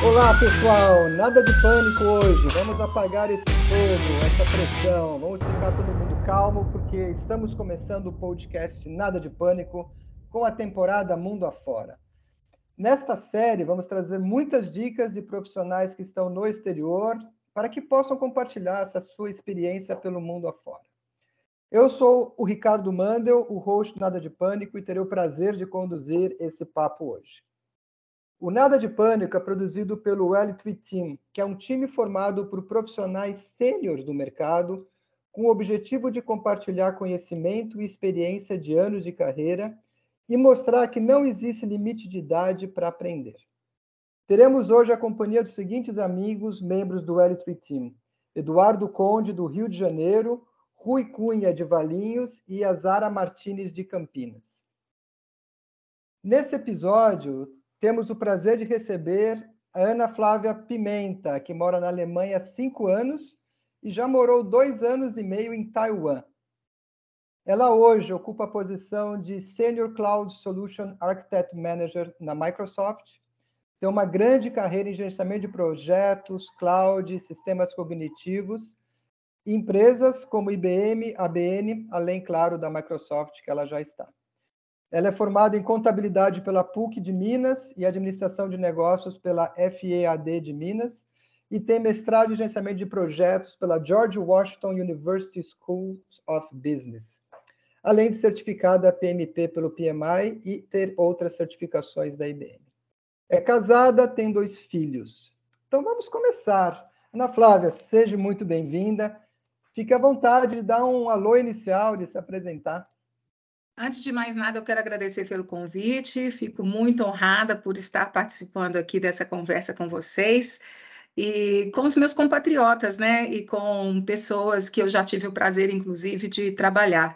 Olá pessoal, nada de pânico hoje, vamos apagar esse fogo, essa pressão, vamos ficar todo mundo calmo porque estamos começando o podcast Nada de Pânico com a temporada Mundo Afora. Nesta série vamos trazer muitas dicas de profissionais que estão no exterior para que possam compartilhar essa sua experiência pelo mundo afora. Eu sou o Ricardo Mandel, o host do Nada de Pânico e terei o prazer de conduzir esse papo hoje. O Nada de Pânico é produzido pelo L3 Team, que é um time formado por profissionais sêniores do mercado, com o objetivo de compartilhar conhecimento e experiência de anos de carreira e mostrar que não existe limite de idade para aprender. Teremos hoje a companhia dos seguintes amigos, membros do L3 Team: Eduardo Conde, do Rio de Janeiro, Rui Cunha, de Valinhos, e a Zara Martins, de Campinas. Nesse episódio, temos o prazer de receber a Ana Flávia Pimenta, que mora na Alemanha há 5 anos e já morou 2 anos e meio em Taiwan. Ela hoje ocupa a posição de Senior Cloud Solution Architect Manager na Microsoft, tem uma grande carreira em gerenciamento de projetos, cloud, sistemas cognitivos, em empresas como IBM, ABN, além, claro, da Microsoft, que ela já está. Ela é formada em contabilidade pela PUC de Minas e administração de negócios pela FEAD de Minas e tem mestrado em gerenciamento de projetos pela George Washington University School of Business, além de certificada PMP pelo PMI e ter outras certificações da IBM. É casada, tem 2 filhos. Então vamos começar. Ana Flávia, seja muito bem-vinda. Fique à vontade de dar um alô inicial, de se apresentar. Antes de mais nada, eu quero agradecer pelo convite, fico muito honrada por estar participando aqui dessa conversa com vocês e com os meus compatriotas, né, e com pessoas que eu já tive o prazer, inclusive, de trabalhar.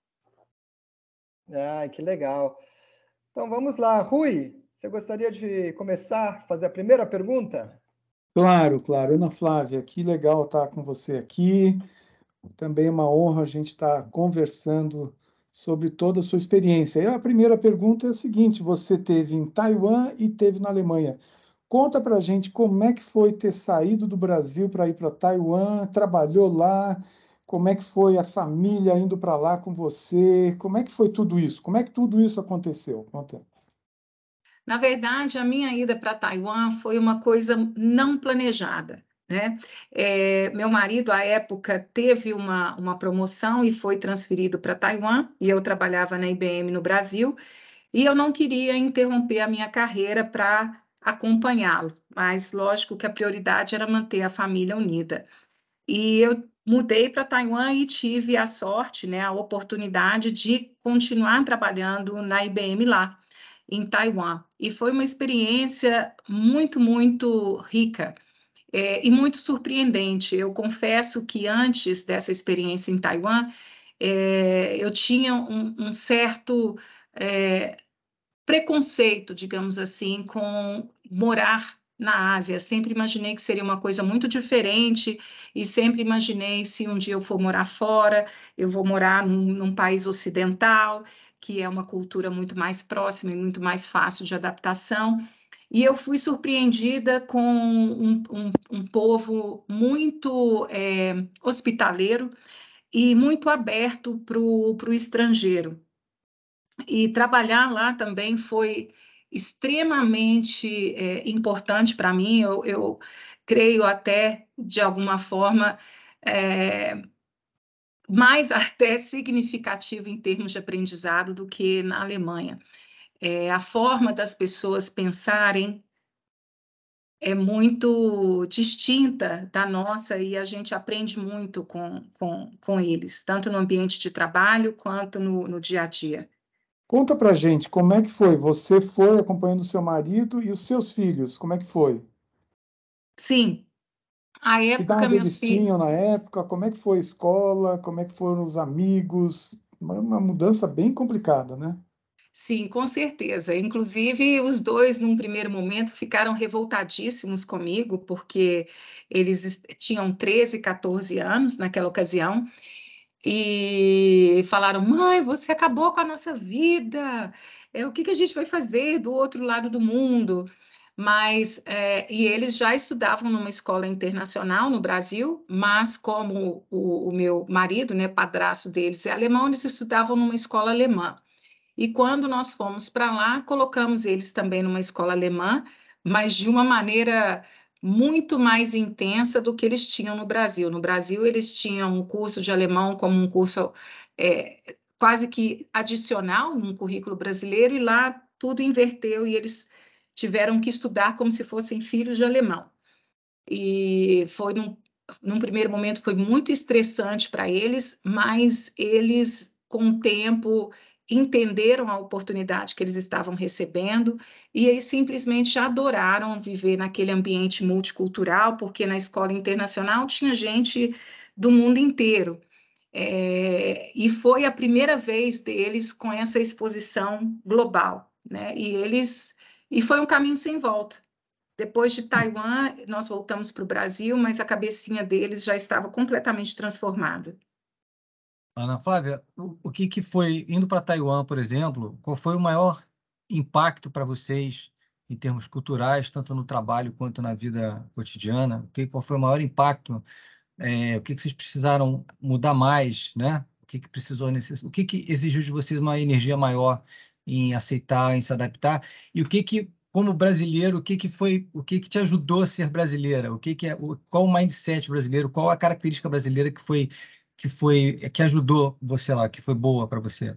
Que legal. Então vamos lá. Rui, você gostaria de começar a fazer a primeira pergunta? Claro. Ana Flávia, que legal estar com você aqui. Também é uma honra a gente estar conversando sobre toda a sua experiência. E a primeira pergunta é a seguinte: você esteve em Taiwan e esteve na Alemanha. Conta para a gente como é que foi ter saído do Brasil para ir para Taiwan, trabalhou lá, como é que foi a família indo para lá com você, como é que foi tudo isso? Como é que tudo isso aconteceu? Conta. Na verdade, a minha ida para Taiwan foi uma coisa não planejada, né? Meu marido, à época, teve uma promoção e foi transferido para Taiwan, e eu trabalhava na IBM no Brasil, e eu não queria interromper a minha carreira para acompanhá-lo, mas lógico que a prioridade era manter a família unida. E eu mudei para Taiwan e tive a sorte, né, a oportunidade de continuar trabalhando na IBM lá, em Taiwan. E foi uma experiência muito rica e muito surpreendente. Eu confesso que antes dessa experiência em Taiwan, eu tinha um certo preconceito, digamos assim, com morar na Ásia. Sempre imaginei que seria uma coisa muito diferente e sempre imaginei, se um dia eu for morar fora, eu vou morar num país ocidental, que é uma cultura muito mais próxima e muito mais fácil de adaptação. E eu fui surpreendida com um povo muito hospitaleiro e muito aberto para o estrangeiro. E trabalhar lá também foi extremamente importante para mim. Eu creio até, de alguma forma, mais até significativo em termos de aprendizado do que na Alemanha. A forma das pessoas pensarem é muito distinta da nossa e a gente aprende muito com eles, tanto no ambiente de trabalho quanto no dia a dia. Conta pra gente, como é que foi? Você foi acompanhando seu marido e os seus filhos, como é que foi? Sim, à Que época idade meus eles filhos... tinham na época? Como é que foi a escola? Como é que foram os amigos? Uma mudança bem complicada, né? Sim, com certeza. Inclusive, os dois, num primeiro momento, ficaram revoltadíssimos comigo, porque eles tinham 13, 14 anos naquela ocasião, e falaram: mãe, você acabou com a nossa vida, o que a gente vai fazer do outro lado do mundo? mas e eles já estudavam numa escola internacional no Brasil, mas como o meu marido, né, padrasto deles é alemão, eles estudavam numa escola alemã. E quando nós fomos para lá, colocamos eles também numa escola alemã, mas de uma maneira muito mais intensa do que eles tinham no Brasil. No Brasil, eles tinham um curso de alemão como um curso quase que adicional num currículo brasileiro, e lá tudo inverteu e eles tiveram que estudar como se fossem filhos de alemão. E foi num primeiro momento foi muito estressante para eles, mas eles, com o tempo, entenderam a oportunidade que eles estavam recebendo e eles simplesmente adoraram viver naquele ambiente multicultural, porque na escola internacional tinha gente do mundo inteiro. E foi a primeira vez deles com essa exposição global, né? E foi um caminho sem volta. Depois de Taiwan, nós voltamos para o Brasil, mas a cabecinha deles já estava completamente transformada. Ana Flávia, o que foi, indo para Taiwan, por exemplo, qual foi o maior impacto para vocês em termos culturais, tanto no trabalho quanto na vida cotidiana? Qual foi o maior impacto? O que vocês precisaram mudar mais, né? O que exigiu de vocês uma energia maior em aceitar, em se adaptar? E como brasileiro, o que te ajudou a ser brasileira? Qual o mindset brasileiro? Qual a característica brasileira que ajudou você lá, que foi boa para você?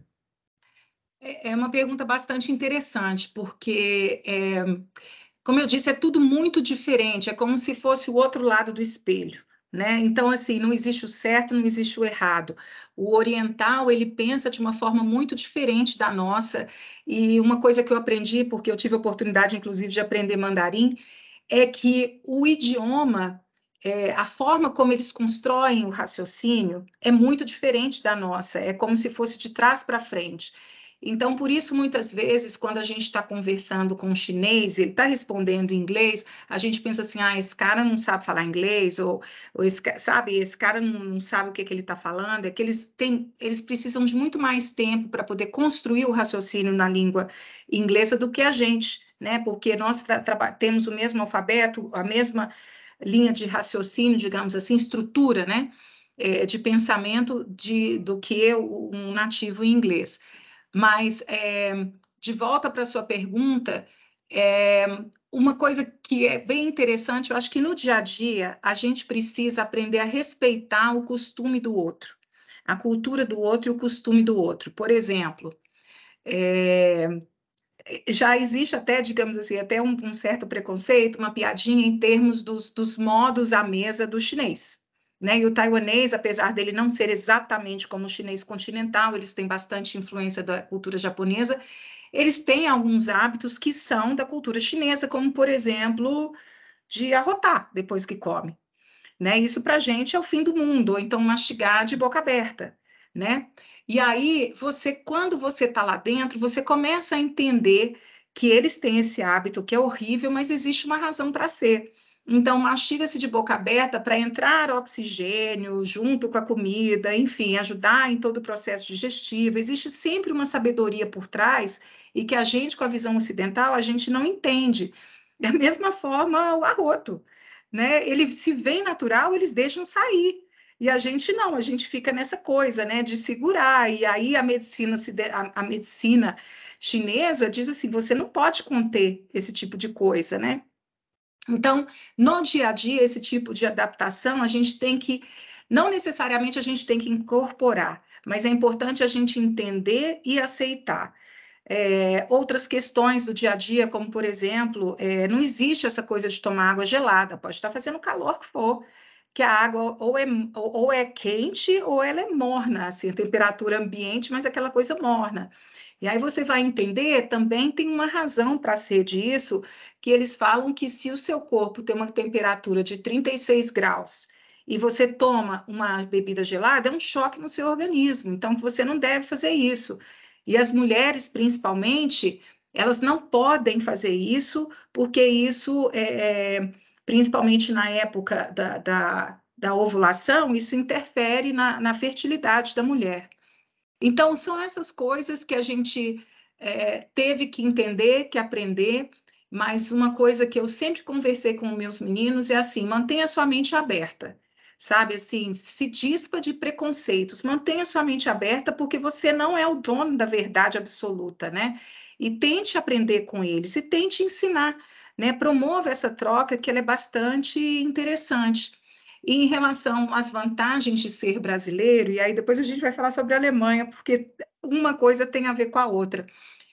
É uma pergunta bastante interessante, porque, como eu disse, é tudo muito diferente, é como se fosse o outro lado do espelho, né? Então, assim, não existe o certo, não existe o errado. O oriental, ele pensa de uma forma muito diferente da nossa, e uma coisa que eu aprendi, porque eu tive a oportunidade, inclusive, de aprender mandarim, é que o idioma, a forma como eles constroem o raciocínio é muito diferente da nossa, é como se fosse de trás para frente. Então, por isso, muitas vezes, quando a gente está conversando com um chinês, ele está respondendo em inglês, a gente pensa assim, esse cara não sabe falar inglês, ou esse cara não sabe o que ele está falando, é que eles precisam de muito mais tempo para poder construir o raciocínio na língua inglesa do que a gente, né? Porque nós temos o mesmo alfabeto, a mesma linha de raciocínio, digamos assim, estrutura, né? De pensamento do que um nativo em inglês. Mas, de volta para a sua pergunta, uma coisa que é bem interessante, eu acho que no dia a dia a gente precisa aprender a respeitar o costume do outro, a cultura do outro e o costume do outro. Por exemplo, já existe até, digamos assim, até um certo preconceito, uma piadinha em termos dos modos à mesa do chinês. Né? E o taiwanês, apesar dele não ser exatamente como o chinês continental, eles têm bastante influência da cultura japonesa, eles têm alguns hábitos que são da cultura chinesa, como, por exemplo, de arrotar depois que come. Né? Isso para a gente é o fim do mundo, ou então mastigar de boca aberta. Né? E aí, quando você está lá dentro, você começa a entender que eles têm esse hábito que é horrível, mas existe uma razão para ser. Então, mastiga-se de boca aberta para entrar oxigênio junto com a comida, enfim, ajudar em todo o processo digestivo. Existe sempre uma sabedoria por trás e que a gente, com a visão ocidental, a gente não entende. Da mesma forma, o arroto, né? Ele se vem natural, eles deixam sair. E a gente não, a gente fica nessa coisa, né, de segurar. E aí a medicina chinesa diz assim, você não pode conter esse tipo de coisa, né? Então, no dia a dia, esse tipo de adaptação, a gente tem que, não necessariamente a gente tem que incorporar, mas é importante a gente entender e aceitar. Outras questões do dia a dia, como, por exemplo, não existe essa coisa de tomar água gelada, pode estar fazendo o calor que for, que a água ou é quente ou ela é morna, assim, a temperatura ambiente, mas aquela coisa morna. E aí você vai entender, também tem uma razão para ser disso, que eles falam que se o seu corpo tem uma temperatura de 36 graus e você toma uma bebida gelada, é um choque no seu organismo, então você não deve fazer isso. E as mulheres, principalmente, elas não podem fazer isso, porque isso, principalmente na época da ovulação, isso interfere na fertilidade da mulher. Então, são essas coisas que a gente teve que entender, que aprender, mas uma coisa que eu sempre conversei com meus meninos é assim, mantenha sua mente aberta, sabe? Assim, se dispa de preconceitos, mantenha sua mente aberta porque você não é o dono da verdade absoluta, né? E tente aprender com eles e tente ensinar, né? Promova essa troca que ela é bastante interessante. E em relação às vantagens de ser brasileiro, e aí depois a gente vai falar sobre a Alemanha, porque uma coisa tem a ver com a outra.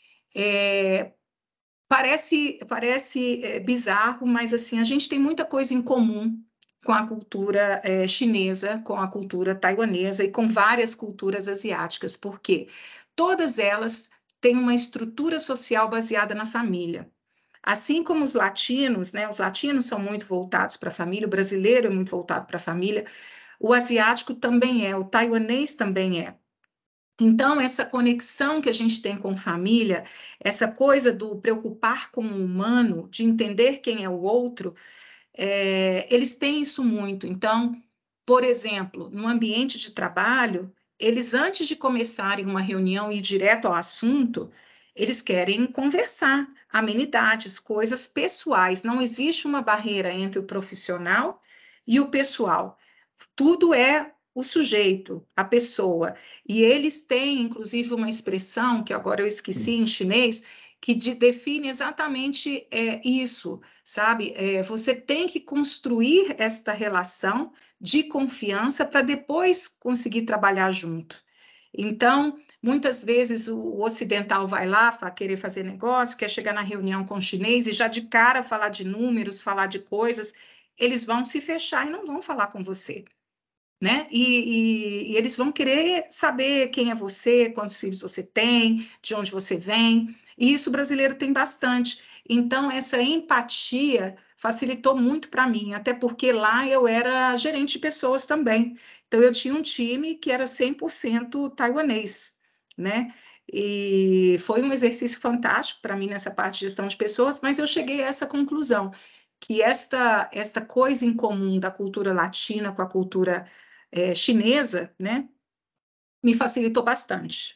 Parece bizarro, mas assim, a gente tem muita coisa em comum com a cultura chinesa, com a cultura taiwanesa e com várias culturas asiáticas, porque todas elas têm uma estrutura social baseada na família. Assim como os latinos, né? Os latinos são muito voltados para a família, o brasileiro é muito voltado para a família, o asiático também é, o taiwanês também é. Então, essa conexão que a gente tem com família, essa coisa do preocupar com o humano, de entender quem é o outro, eles têm isso muito. Então, por exemplo, no ambiente de trabalho, eles, antes de começarem uma reunião e ir direto ao assunto, eles querem conversar, amenidades, coisas pessoais. Não existe uma barreira entre o profissional e o pessoal. Tudo é o sujeito, a pessoa. E eles têm, inclusive, uma expressão, que agora eu esqueci em chinês, que define exatamente isso, sabe? Você tem que construir esta relação de confiança para depois conseguir trabalhar junto. Então, muitas vezes o ocidental vai lá querer fazer negócio, quer chegar na reunião com o chinês e já de cara falar de números, falar de coisas, eles vão se fechar e não vão falar com você. Né? E eles vão querer saber quem é você, quantos filhos você tem, de onde você vem, e isso o brasileiro tem bastante. Então, essa empatia facilitou muito para mim, até porque lá eu era gerente de pessoas também. Então, eu tinha um time que era 100% taiwanês, né? E foi um exercício fantástico para mim nessa parte de gestão de pessoas, mas eu cheguei a essa conclusão, que esta coisa em comum da cultura latina com a cultura chinesa, né, me facilitou bastante.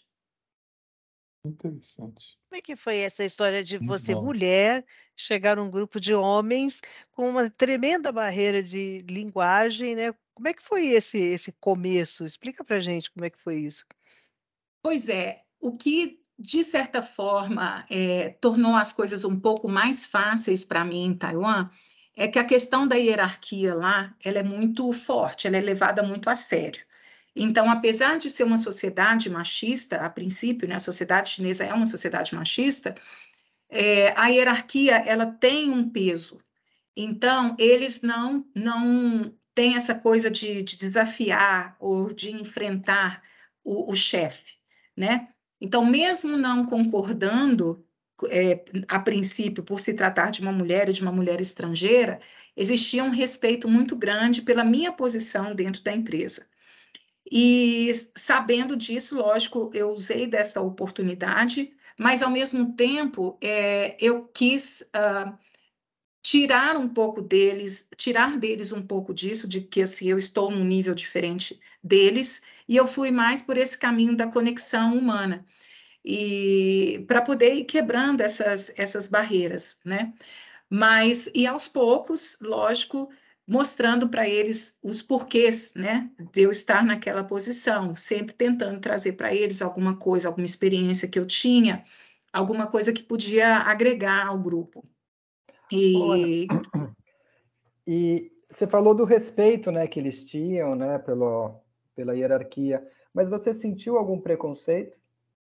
Interessante. Como é que foi essa história de Muito você, bom. mulher, chegar num grupo de homens com uma tremenda barreira de linguagem, né? Como é que foi esse começo? Explica pra gente como é que foi isso. Pois é, o que, de certa forma, tornou as coisas um pouco mais fáceis para mim em Taiwan é que a questão da hierarquia lá, ela é muito forte, ela é levada muito a sério. Então, apesar de ser uma sociedade machista, a princípio, né, a sociedade chinesa é uma sociedade machista, a hierarquia ela tem um peso. Então, eles não têm essa coisa de desafiar ou de enfrentar o chefe, né? Então, mesmo não concordando, a princípio, por se tratar de uma mulher e de uma mulher estrangeira, existia um respeito muito grande pela minha posição dentro da empresa. E sabendo disso, lógico, eu usei dessa oportunidade, mas ao mesmo tempo eu quis tirar deles um pouco disso, de que assim, eu estou num nível diferente deles, e eu fui mais por esse caminho da conexão humana, e para poder ir quebrando essas barreiras, né? Mas, e aos poucos, lógico, mostrando para eles os porquês, né, de eu estar naquela posição, sempre tentando trazer para eles alguma coisa, alguma experiência que eu tinha, alguma coisa que podia agregar ao grupo. E você falou do respeito, né, que eles tinham, né, pela hierarquia, mas você sentiu algum preconceito?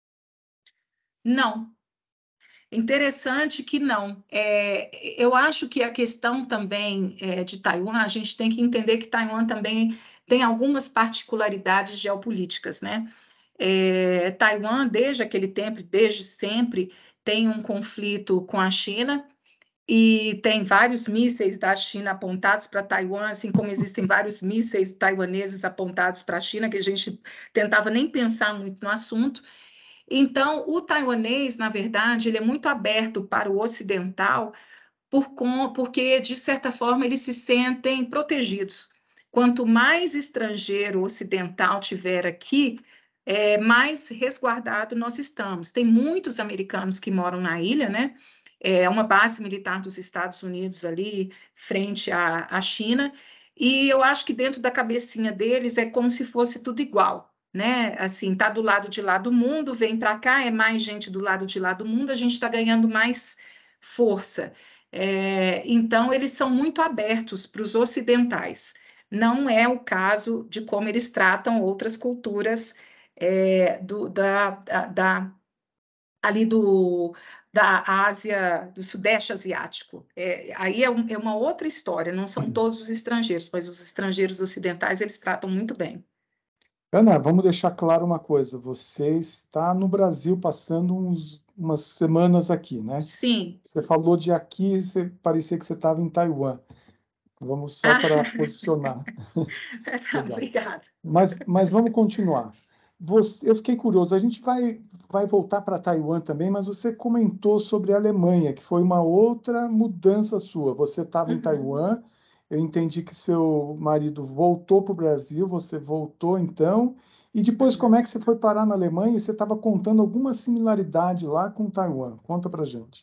Não. Interessante que não. Eu acho que a questão também de Taiwan, a gente tem que entender que Taiwan também tem algumas particularidades geopolíticas, né? Taiwan, desde aquele tempo, desde sempre, tem um conflito com a China e tem vários mísseis da China apontados para Taiwan, assim como existem vários mísseis taiwaneses apontados para a China, que a gente tentava nem pensar muito no assunto. Então, o taiwanês, na verdade, ele é muito aberto para o ocidental, porque, de certa forma, eles se sentem protegidos. Quanto mais estrangeiro ocidental tiver aqui, mais resguardado nós estamos. Tem muitos americanos que moram na ilha, né? uma base militar dos Estados Unidos ali, frente à China, e eu acho que dentro da cabecinha deles é como se fosse tudo igual, né? Assim, tá do lado de lá do mundo, vem para cá, é mais gente do lado de lá do mundo, a gente está ganhando mais força. Então, eles são muito abertos para os ocidentais. Não é o caso de como eles tratam outras culturas ali da Ásia, do Sudeste Asiático. Aí é uma outra história, não são todos os estrangeiros, mas os estrangeiros ocidentais eles tratam muito bem. Ana, vamos deixar claro uma coisa. Você está no Brasil passando umas semanas aqui, né? Sim. Você falou de aqui, parecia que você estava em Taiwan. Vamos só para posicionar. Obrigada. Mas vamos continuar. Eu fiquei curioso, a gente vai voltar para Taiwan também, mas você comentou sobre a Alemanha, que foi uma outra mudança sua. Você estava em Taiwan, eu entendi que seu marido voltou para o Brasil, você voltou então, e depois como é que você foi parar na Alemanha e você estava contando alguma similaridade lá com Taiwan? Conta para gente.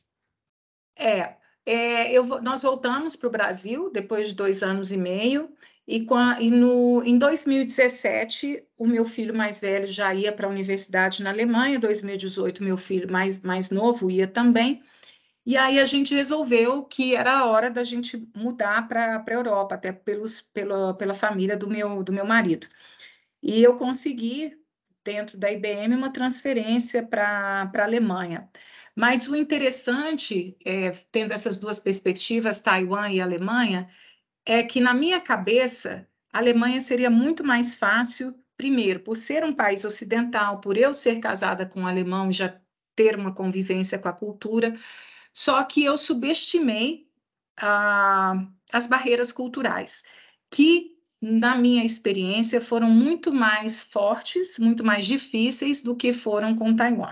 Nós voltamos para o Brasil depois de 2 anos e meio, em 2017, o meu filho mais velho já ia para a universidade na Alemanha, 2018, meu filho mais novo ia também, e aí a gente resolveu que era a hora da gente mudar para a Europa, até pela família do meu marido. E eu consegui, dentro da IBM, uma transferência para a Alemanha. Mas o interessante, tendo essas duas perspectivas, Taiwan e Alemanha, é que na minha cabeça, a Alemanha seria muito mais fácil, primeiro, por ser um país ocidental, por eu ser casada com um alemão e já ter uma convivência com a cultura, só que eu subestimei as barreiras culturais, que, na minha experiência, foram muito mais fortes, muito mais difíceis do que foram com Taiwan.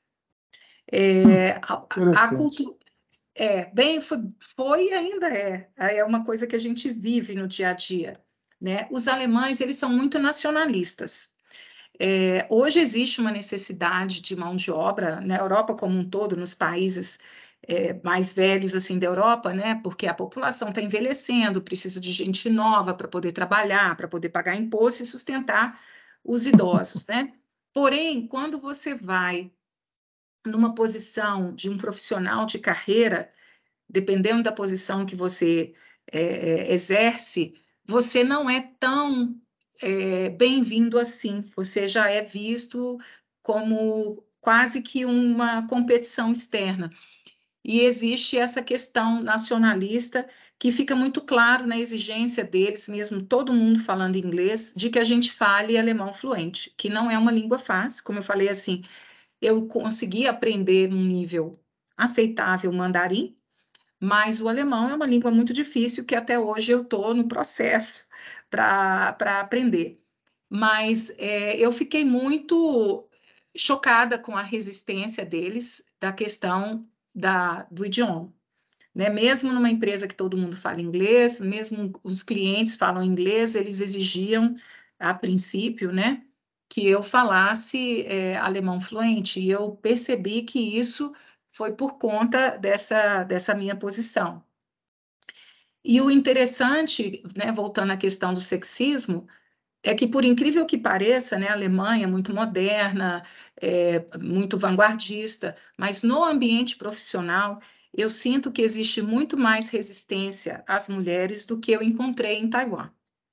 A cultura foi e ainda é uma coisa que a gente vive no dia a dia, né? Os alemães, eles são muito nacionalistas. Hoje existe uma necessidade de mão de obra na Europa como um todo, nos países mais velhos assim da Europa, né? Porque a população está envelhecendo, precisa de gente nova para poder trabalhar, para poder pagar imposto e sustentar os idosos, né? Porém, quando você vai numa posição de um profissional de carreira, dependendo da posição que você exerce, você não é tão bem-vindo assim. Você já é visto como quase que uma competição externa. E existe essa questão nacionalista que fica muito claro na exigência deles, mesmo todo mundo falando inglês, de que a gente fale alemão fluente, que não é uma língua fácil. Como eu falei assim, eu consegui aprender num nível aceitável mandarim, mas o alemão é uma língua muito difícil que até hoje eu estou no processo para aprender. Mas eu fiquei muito chocada com a resistência deles da questão do idioma. Né? Mesmo numa empresa que todo mundo fala inglês, mesmo os clientes falam inglês, eles exigiam, a princípio, né, que eu falasse alemão fluente, e eu percebi que isso foi por conta dessa minha posição. E o interessante, né, voltando à questão do sexismo, é que, por incrível que pareça, né, a Alemanha é muito moderna, muito vanguardista, mas no ambiente profissional, eu sinto que existe muito mais resistência às mulheres do que eu encontrei em Taiwan.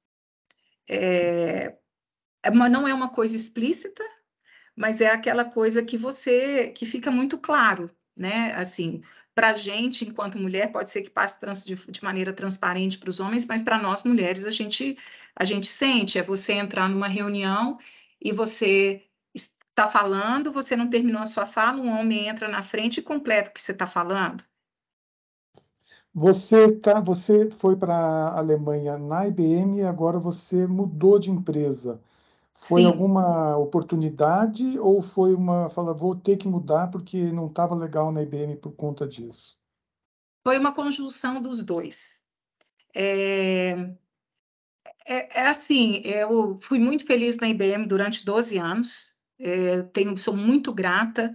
Não é uma coisa explícita, mas é aquela coisa que fica muito claro, né? Assim, para a gente, enquanto mulher, pode ser que passe de maneira transparente para os homens, mas para nós mulheres a gente sente. É você entrar numa reunião e você está falando, você não terminou a sua fala, um homem entra na frente e completa o que você está falando. Você foi para a Alemanha na IBM e agora você mudou de empresa. Foi Sim. alguma oportunidade ou foi fala, vou ter que mudar porque não estava legal na IBM por conta disso? Foi uma conjunção dos dois. Assim, eu fui muito feliz na IBM durante 12 anos, sou muito grata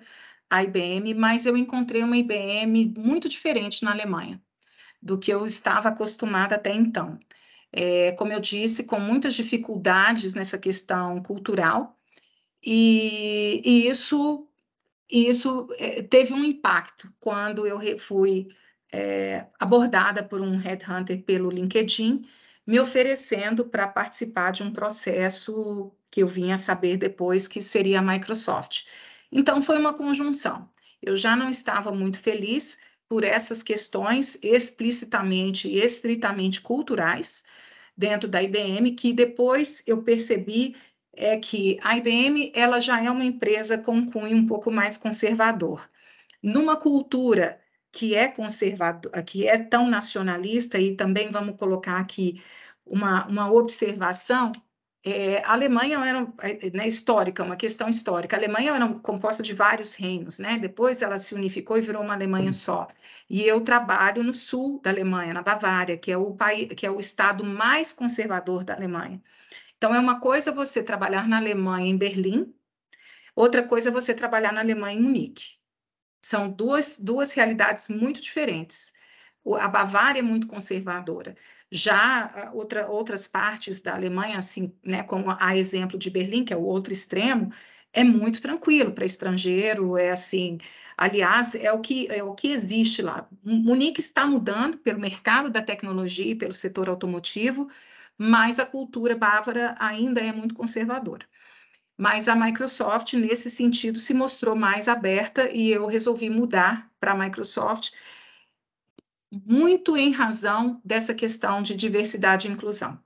a IBM, mas eu encontrei uma IBM muito diferente na Alemanha do que eu estava acostumada até então. Como eu disse, com muitas dificuldades nessa questão cultural, e isso teve um impacto quando eu fui abordada por um headhunter pelo LinkedIn, me oferecendo para participar de um processo que eu vinha a saber depois que seria a Microsoft. Então, foi uma conjunção. Eu já não estava muito feliz por essas questões explicitamente e estritamente culturais dentro da IBM, que depois eu percebi que a IBM ela já é uma empresa com cunho um pouco mais conservador. Numa cultura que é conservadora, que é tão nacionalista, e também vamos colocar aqui uma observação, a Alemanha era histórica, uma questão histórica. A Alemanha era composta de vários reinos, né? Depois ela se unificou e virou uma Alemanha só. E eu trabalho no sul da Alemanha, na Bavária, que é o estado mais conservador da Alemanha. Então, é uma coisa você trabalhar na Alemanha, em Berlim, outra coisa é você trabalhar na Alemanha, em Munique. São duas realidades muito diferentes. A Bavária é muito conservadora. Já outras partes da Alemanha, assim, né, como a exemplo de Berlim, que é o outro extremo, é muito tranquilo para estrangeiro, assim, aliás, é o que existe lá. Munique está mudando pelo mercado da tecnologia e pelo setor automotivo, mas a cultura bávara ainda é muito conservadora. Mas a Microsoft, nesse sentido, se mostrou mais aberta e eu resolvi mudar para a Microsoft, muito em razão dessa questão de diversidade e inclusão.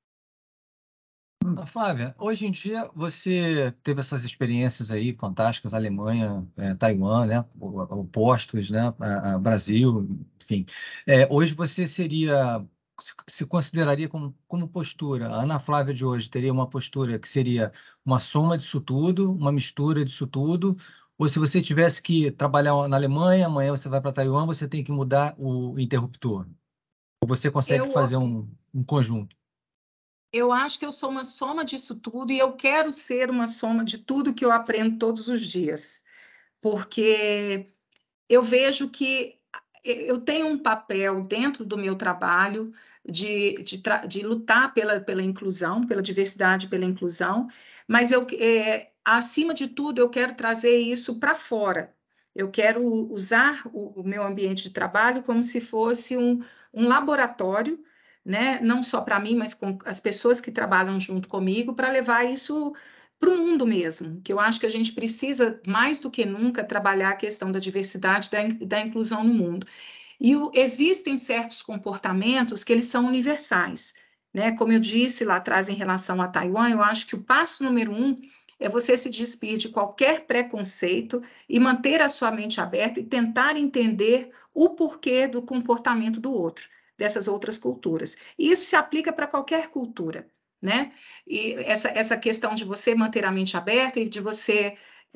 Flávia, hoje em dia você teve essas experiências aí fantásticas, Alemanha, Taiwan, né, opostos, né, Brasil, enfim. Hoje você se consideraria como postura, a Ana Flávia de hoje teria uma postura que seria uma soma disso tudo, uma mistura disso tudo, ou se você tivesse que trabalhar na Alemanha, amanhã você vai para Taiwan, você tem que mudar o interruptor? Ou você consegue fazer um conjunto? Eu acho que eu sou uma soma disso tudo e eu quero ser uma soma de tudo que eu aprendo todos os dias, porque eu vejo que eu tenho um papel dentro do meu trabalho de lutar pela inclusão, pela diversidade, pela inclusão, mas acima de tudo, eu quero trazer isso para fora. Eu quero usar o meu ambiente de trabalho como se fosse um laboratório, né? Não só para mim, mas com as pessoas que trabalham junto comigo, para levar isso para o mundo mesmo, que eu acho que a gente precisa, mais do que nunca, trabalhar a questão da diversidade, da inclusão no mundo. E existem certos comportamentos que eles são universais, né? Como eu disse lá atrás em relação a Taiwan, eu acho que o passo número 1 é você se despir de qualquer preconceito e manter a sua mente aberta e tentar entender o porquê do comportamento do outro, dessas outras culturas. E isso se aplica para qualquer cultura, né? E essa questão de você manter a mente aberta e de você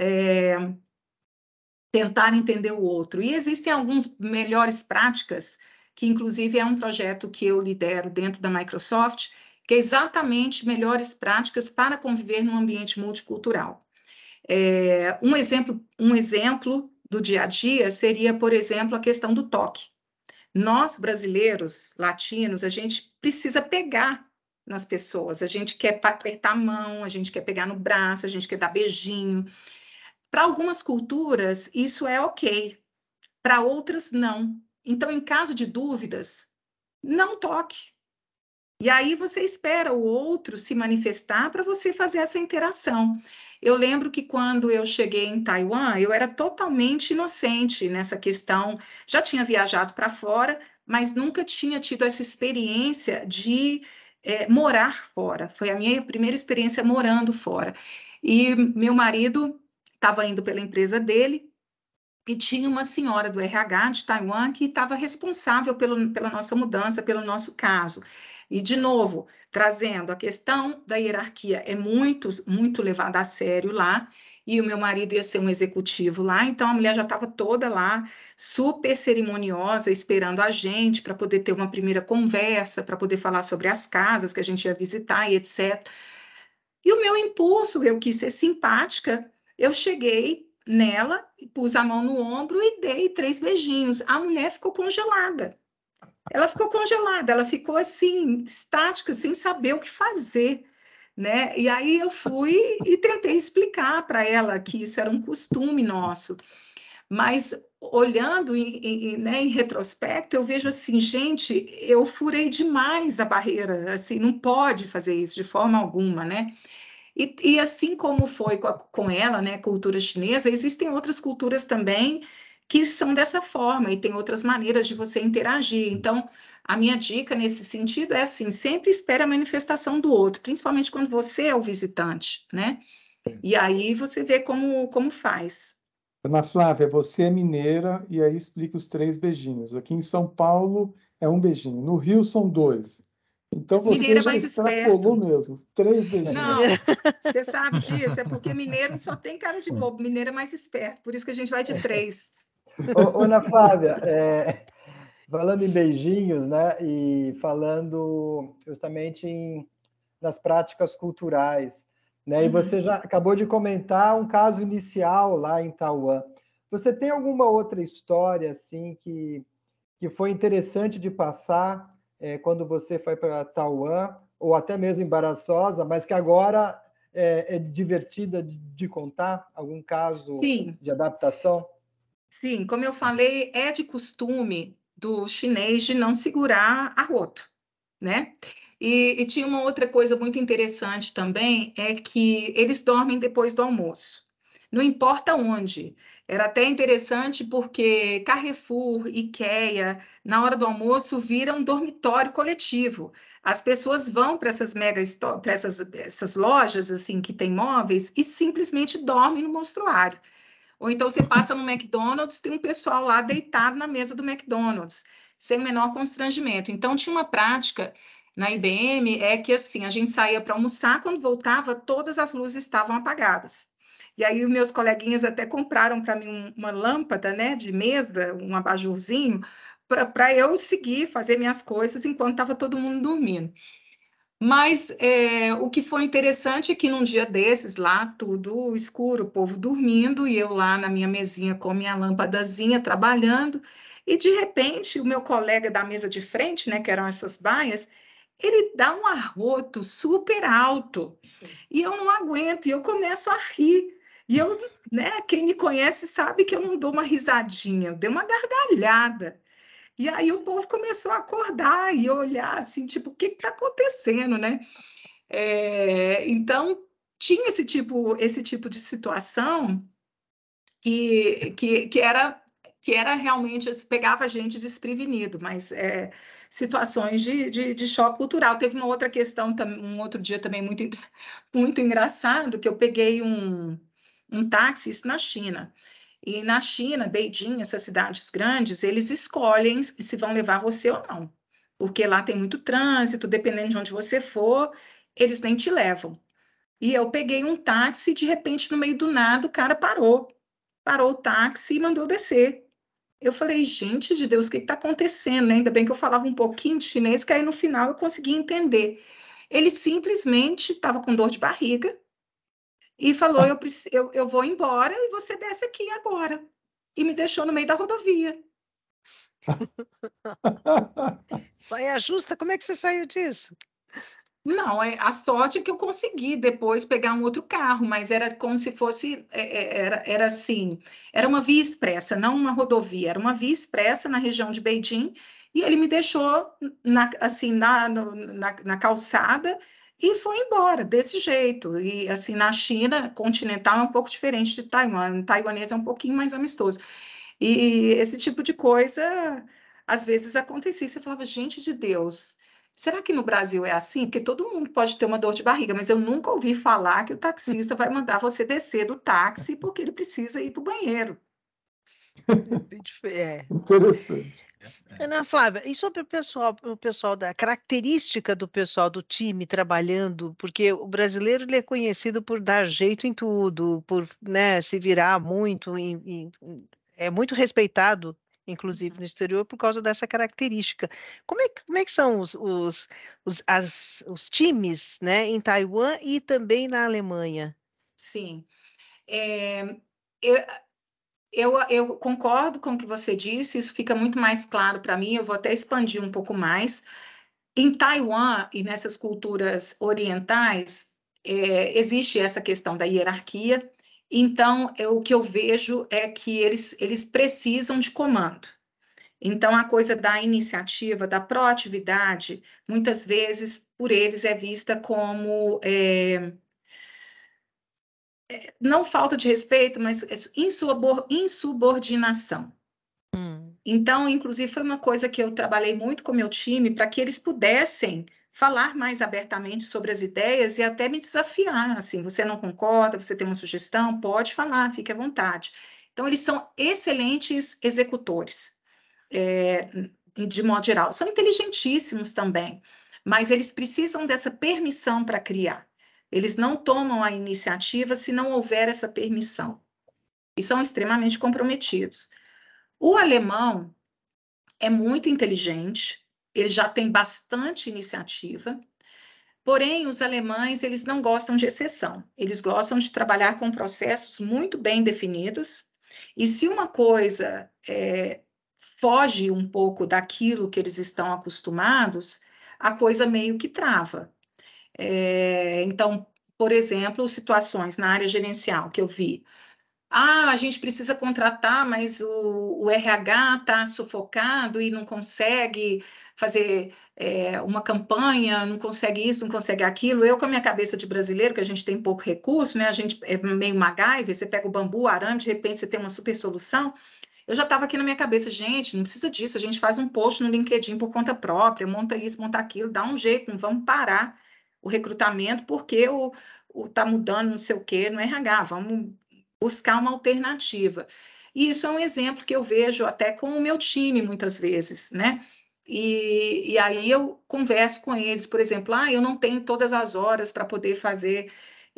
tentar entender o outro. E existem algumas melhores práticas, que inclusive é um projeto que eu lidero dentro da Microsoft, que é exatamente melhores práticas para conviver num ambiente multicultural. Um exemplo do dia a dia seria, por exemplo, a questão do toque. Nós, brasileiros, latinos, a gente precisa pegar nas pessoas, a gente quer apertar a mão, a gente quer pegar no braço, a gente quer dar beijinho. Para algumas culturas, isso é ok, para outras, não. Então, em caso de dúvidas, não toque. E aí você espera o outro se manifestar para você fazer essa interação. Eu lembro que quando eu cheguei em Taiwan, eu era totalmente inocente nessa questão. Já tinha viajado para fora, mas nunca tinha tido essa experiência de morar fora. Foi a minha primeira experiência morando fora. E meu marido estava indo pela empresa dele e tinha uma senhora do RH de Taiwan que estava responsável pela nossa mudança, pelo nosso caso. E, de novo, trazendo a questão da hierarquia, é muito, muito levada a sério lá, e o meu marido ia ser um executivo lá, então a mulher já estava toda lá, super cerimoniosa, esperando a gente para poder ter uma primeira conversa, para poder falar sobre as casas que a gente ia visitar e etc. E o meu impulso, eu quis ser simpática, eu cheguei nela, pus a mão no ombro e dei 3 beijinhos. A mulher ficou congelada. Ela ficou congelada, ela ficou assim, estática, sem saber o que fazer, né? E aí eu fui e tentei explicar para ela que isso era um costume nosso. Mas olhando né, em retrospecto, eu vejo assim, gente, eu furei demais a barreira, assim, não pode fazer isso de forma alguma, né? E assim como foi com ela, né, cultura chinesa, existem outras culturas também que são dessa forma e tem outras maneiras de você interagir. Então, a minha dica nesse sentido é assim, sempre espere a manifestação do outro, principalmente quando você é o visitante, né? E aí você vê como faz. Ana Flávia, você é mineira e aí explica os 3 beijinhos. Aqui em São Paulo é um beijinho, no Rio são 2. Então você Mineiro é já mais extrapolou esperto. mesmo, 3 beijinhos. Não, você sabe disso, é porque mineiro só tem cara de bobo, mineiro é mais esperto, por isso que a gente vai de 3. Ana Flávia, falando em beijinhos, né, e falando justamente nas práticas culturais, né, e você já acabou de comentar um caso inicial lá em Taiwan. Você tem alguma outra história assim que foi interessante de passar quando você foi para Taiwan, ou até mesmo embaraçosa, mas que agora é divertida de contar? Algum caso Sim. de adaptação? Sim, como eu falei, é de costume do chinês de não segurar arroto, né? E tinha uma outra coisa muito interessante também, é que eles dormem depois do almoço. Não importa onde. Era até interessante porque Carrefour, IKEA, na hora do almoço, vira um dormitório coletivo. As pessoas vão para essas para essas lojas assim que têm móveis e simplesmente dormem no monstruário. Ou então você passa no McDonald's, tem um pessoal lá deitado na mesa do McDonald's, sem o menor constrangimento. Então, tinha uma prática na IBM, é que assim, a gente saía para almoçar, quando voltava, todas as luzes estavam apagadas. E aí, os meus coleguinhas até compraram para mim uma lâmpada, né, de mesa, um abajurzinho, para eu seguir, fazer minhas coisas enquanto estava todo mundo dormindo. Mas o que foi interessante é que num dia desses, lá tudo escuro, o povo dormindo, e eu lá na minha mesinha com minha lâmpadazinha trabalhando, e de repente o meu colega da mesa de frente, né, que eram essas baias, ele dá um arroto super alto, e eu não aguento, e eu começo a rir. E eu, né, quem me conhece sabe que eu não dou uma risadinha, eu dei uma gargalhada. E aí o povo começou a acordar e olhar assim, tipo, o que está acontecendo, né? Então, tinha esse tipo de situação que era realmente, pegava a gente desprevenido, mas situações de choque cultural. Teve uma outra questão, um outro dia também muito, muito engraçado, que eu peguei um táxi, isso na China. E na China, Beijing, essas cidades grandes, eles escolhem se vão levar você ou não. Porque lá tem muito trânsito, dependendo de onde você for, eles nem te levam. E eu peguei um táxi e, de repente, no meio do nada, o cara parou o táxi e mandou descer. Eu falei, gente de Deus, o que está acontecendo, né? Ainda bem que eu falava um pouquinho de chinês, que aí no final eu consegui entender. Ele simplesmente estava com dor de barriga e falou, eu vou embora e você desce aqui agora. E me deixou no meio da rodovia. Saia justa, como é que você saiu disso? Não, a sorte é que eu consegui depois pegar um outro carro, mas era como se fosse, era assim, era uma via expressa, não uma rodovia, era uma via expressa na região de Beijing, e ele me deixou assim, na calçada e foi embora, desse jeito. E assim, na China, continental é um pouco diferente de Taiwan, o taiwanês é um pouquinho mais amistoso. E esse tipo de coisa, às vezes acontecia, você falava, gente de Deus, será que no Brasil é assim? Porque todo mundo pode ter uma dor de barriga, mas eu nunca ouvi falar que o taxista vai mandar você descer do táxi porque ele precisa ir para o banheiro. Interessante. Ana Flávia, e sobre o pessoal da característica do pessoal do time trabalhando, porque o brasileiro ele é conhecido por dar jeito em tudo, por, né, se virar muito, é muito respeitado, inclusive no exterior, por causa dessa característica. Como é que são os times, né, em Taiwan e também na Alemanha? Sim. Eu concordo com o que você disse, isso fica muito mais claro para mim, eu vou até expandir um pouco mais. Em Taiwan e nessas culturas orientais, existe essa questão da hierarquia, então o que eu vejo é que eles precisam de comando. Então, a coisa da iniciativa, da proatividade, muitas vezes, por eles, é vista como não falta de respeito, mas insubordinação. Então, inclusive, foi uma coisa que eu trabalhei muito com o meu time para que eles pudessem falar mais abertamente sobre as ideias e até me desafiar. Assim, você não concorda, você tem uma sugestão, pode falar, fique à vontade. Então, eles são excelentes executores, de modo geral. São inteligentíssimos também, mas eles precisam dessa permissão para criar. Eles não tomam a iniciativa se não houver essa permissão. E são extremamente comprometidos. O alemão é muito inteligente, ele já tem bastante iniciativa, porém, os alemães, eles não gostam de exceção, eles gostam de trabalhar com processos muito bem definidos, e se uma coisa foge um pouco daquilo que eles estão acostumados, a coisa meio que trava. Então, por exemplo, situações na área gerencial que eu vi, a gente precisa contratar, mas o RH está sufocado e não consegue fazer uma campanha, não consegue isso, não consegue aquilo. Eu, com a minha cabeça de brasileiro, que a gente tem pouco recurso, né? A gente é meio MacGyver, você pega o bambu, o arame, de repente você tem uma super solução. Eu já estava aqui na minha cabeça, gente, não precisa disso, a gente faz um post no LinkedIn por conta própria, monta isso, monta aquilo, dá um jeito, não vamos parar o recrutamento porque tá mudando não sei o quê no RH, vamos buscar uma alternativa. E isso é um exemplo que eu vejo até com o meu time, muitas vezes, né? E aí eu converso com eles, por exemplo, eu não tenho todas as horas para poder fazer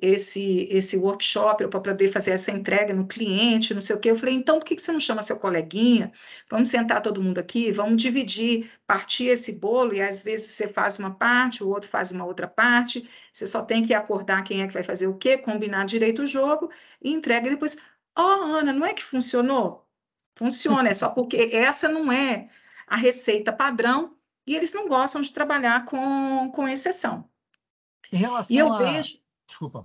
esse workshop, para poder fazer essa entrega no cliente, não sei o quê. Eu falei, então, por que você não chama seu coleguinha? Vamos sentar todo mundo aqui, vamos dividir, partir esse bolo, e às vezes você faz uma parte, o outro faz uma outra parte, você só tem que acordar quem é que vai fazer o quê, combinar direito o jogo, e entrega depois. Ana, não é que funcionou? Funciona, é só porque essa não é a receita padrão, e eles não gostam de trabalhar com exceção. Em relação e eu vejo... Desculpa.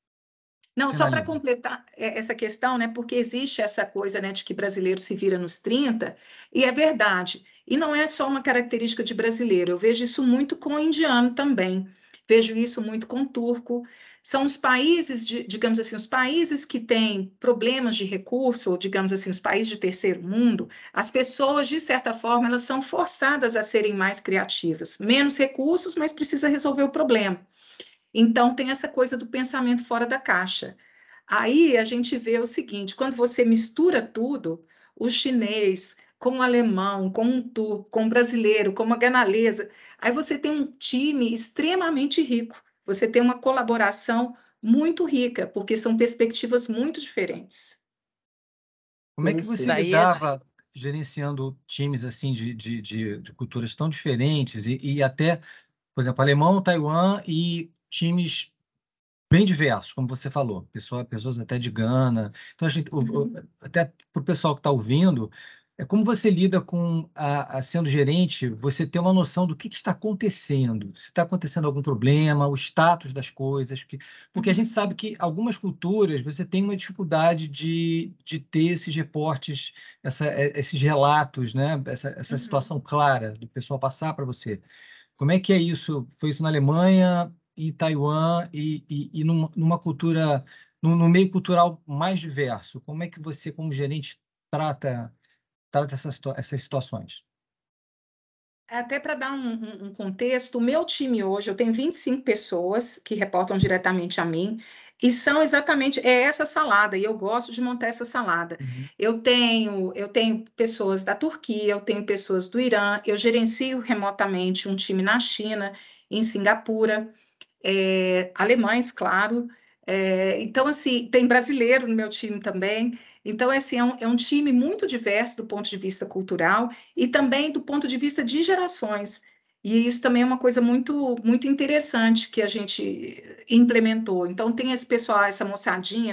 Não, Finaliza. só para completar essa questão, né, porque existe essa coisa, né, de que brasileiro se vira nos 30, e é verdade. E não é só uma característica de brasileiro, eu vejo isso muito com o indiano também, vejo isso muito com o turco. São os países, digamos assim, os países que têm problemas de recurso, ou digamos assim, os países de terceiro mundo, as pessoas, de certa forma, elas são forçadas a serem mais criativas. Menos recursos, mas precisa resolver o problema. Então, tem essa coisa do pensamento fora da caixa. Aí a gente vê o seguinte, quando você mistura tudo, o chinês com o alemão, com o turco, com o brasileiro, com a ganalesa, aí você tem um time extremamente rico, você tem uma colaboração muito rica, porque são perspectivas muito diferentes. Como é que você lidava gerenciando times assim de culturas tão diferentes e até, por exemplo, alemão, Taiwan e times bem diversos, como você falou, pessoas até de Gana. Então, até para o pessoal que está ouvindo, como você lida com sendo gerente, você ter uma noção do que está acontecendo, se está acontecendo algum problema, o status das coisas, porque a gente sabe que algumas culturas você tem uma dificuldade de ter esses reportes, esses relatos, né? Essa situação clara do pessoal passar para você. Como é que é isso? Foi isso na Alemanha, em Taiwan e numa cultura, no meio cultural mais diverso? Como é que você, como gerente, trata essas situações? Até para dar um contexto, o meu time hoje, eu tenho 25 pessoas que reportam diretamente a mim, e são exatamente essa salada, e eu gosto de montar essa salada. Uhum. Eu tenho pessoas da Turquia, eu tenho pessoas do Irã, eu gerencio remotamente um time na China, em Singapura, alemães, claro. Então, assim, tem brasileiro no meu time também. Então, assim, é um time muito diverso do ponto de vista cultural e também do ponto de vista de gerações. E isso também é uma coisa muito, muito interessante que a gente implementou. Então, tem esse pessoal, essa moçadinha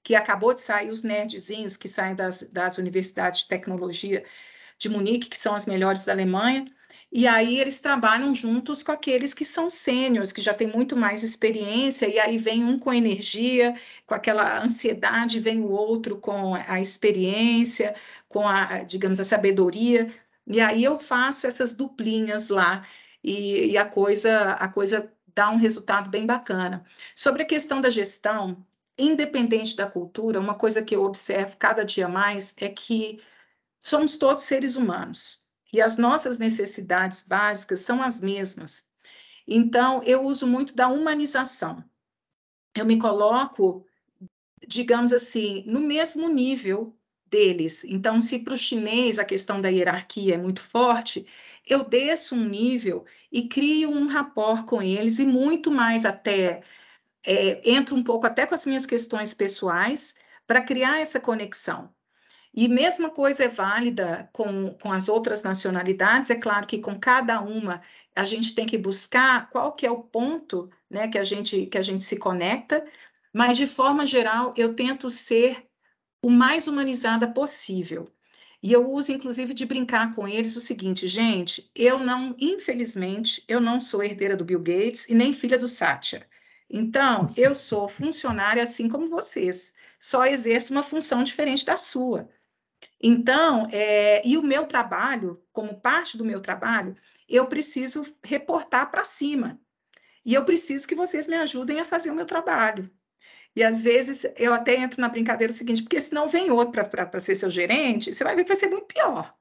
que acabou de sair, os nerdzinhos que saem das universidades de tecnologia de Munique, que são as melhores da Alemanha, e aí eles trabalham juntos com aqueles que são sêniores, que já têm muito mais experiência, e aí vem um com energia, com aquela ansiedade, vem o outro com a experiência, com a, digamos, a sabedoria, e aí eu faço essas duplinhas lá, e a coisa dá um resultado bem bacana. Sobre a questão da gestão, independente da cultura, uma coisa que eu observo cada dia mais é que somos todos seres humanos e as nossas necessidades básicas são as mesmas. Então, eu uso muito da humanização. Eu me coloco, digamos assim, no mesmo nível deles. Então, se para o chinês a questão da hierarquia é muito forte, eu desço um nível e crio um rapport com eles e muito mais até, entro um pouco até com as minhas questões pessoais para criar essa conexão. E mesma coisa é válida com as outras nacionalidades, é claro que com cada uma a gente tem que buscar qual que é o ponto, né, que a gente se conecta, mas de forma geral eu tento ser o mais humanizada possível. E eu uso, inclusive, de brincar com eles o seguinte, gente, infelizmente, eu não sou herdeira do Bill Gates e nem filha do Satya. Então, eu sou funcionária assim como vocês, só exerço uma função diferente da sua. Então, e o meu trabalho, como parte do meu trabalho, eu preciso reportar para cima. E eu preciso que vocês me ajudem a fazer o meu trabalho. E às vezes eu até entro na brincadeira seguinte, porque senão vem outro para ser seu gerente, você vai ver que vai ser muito pior.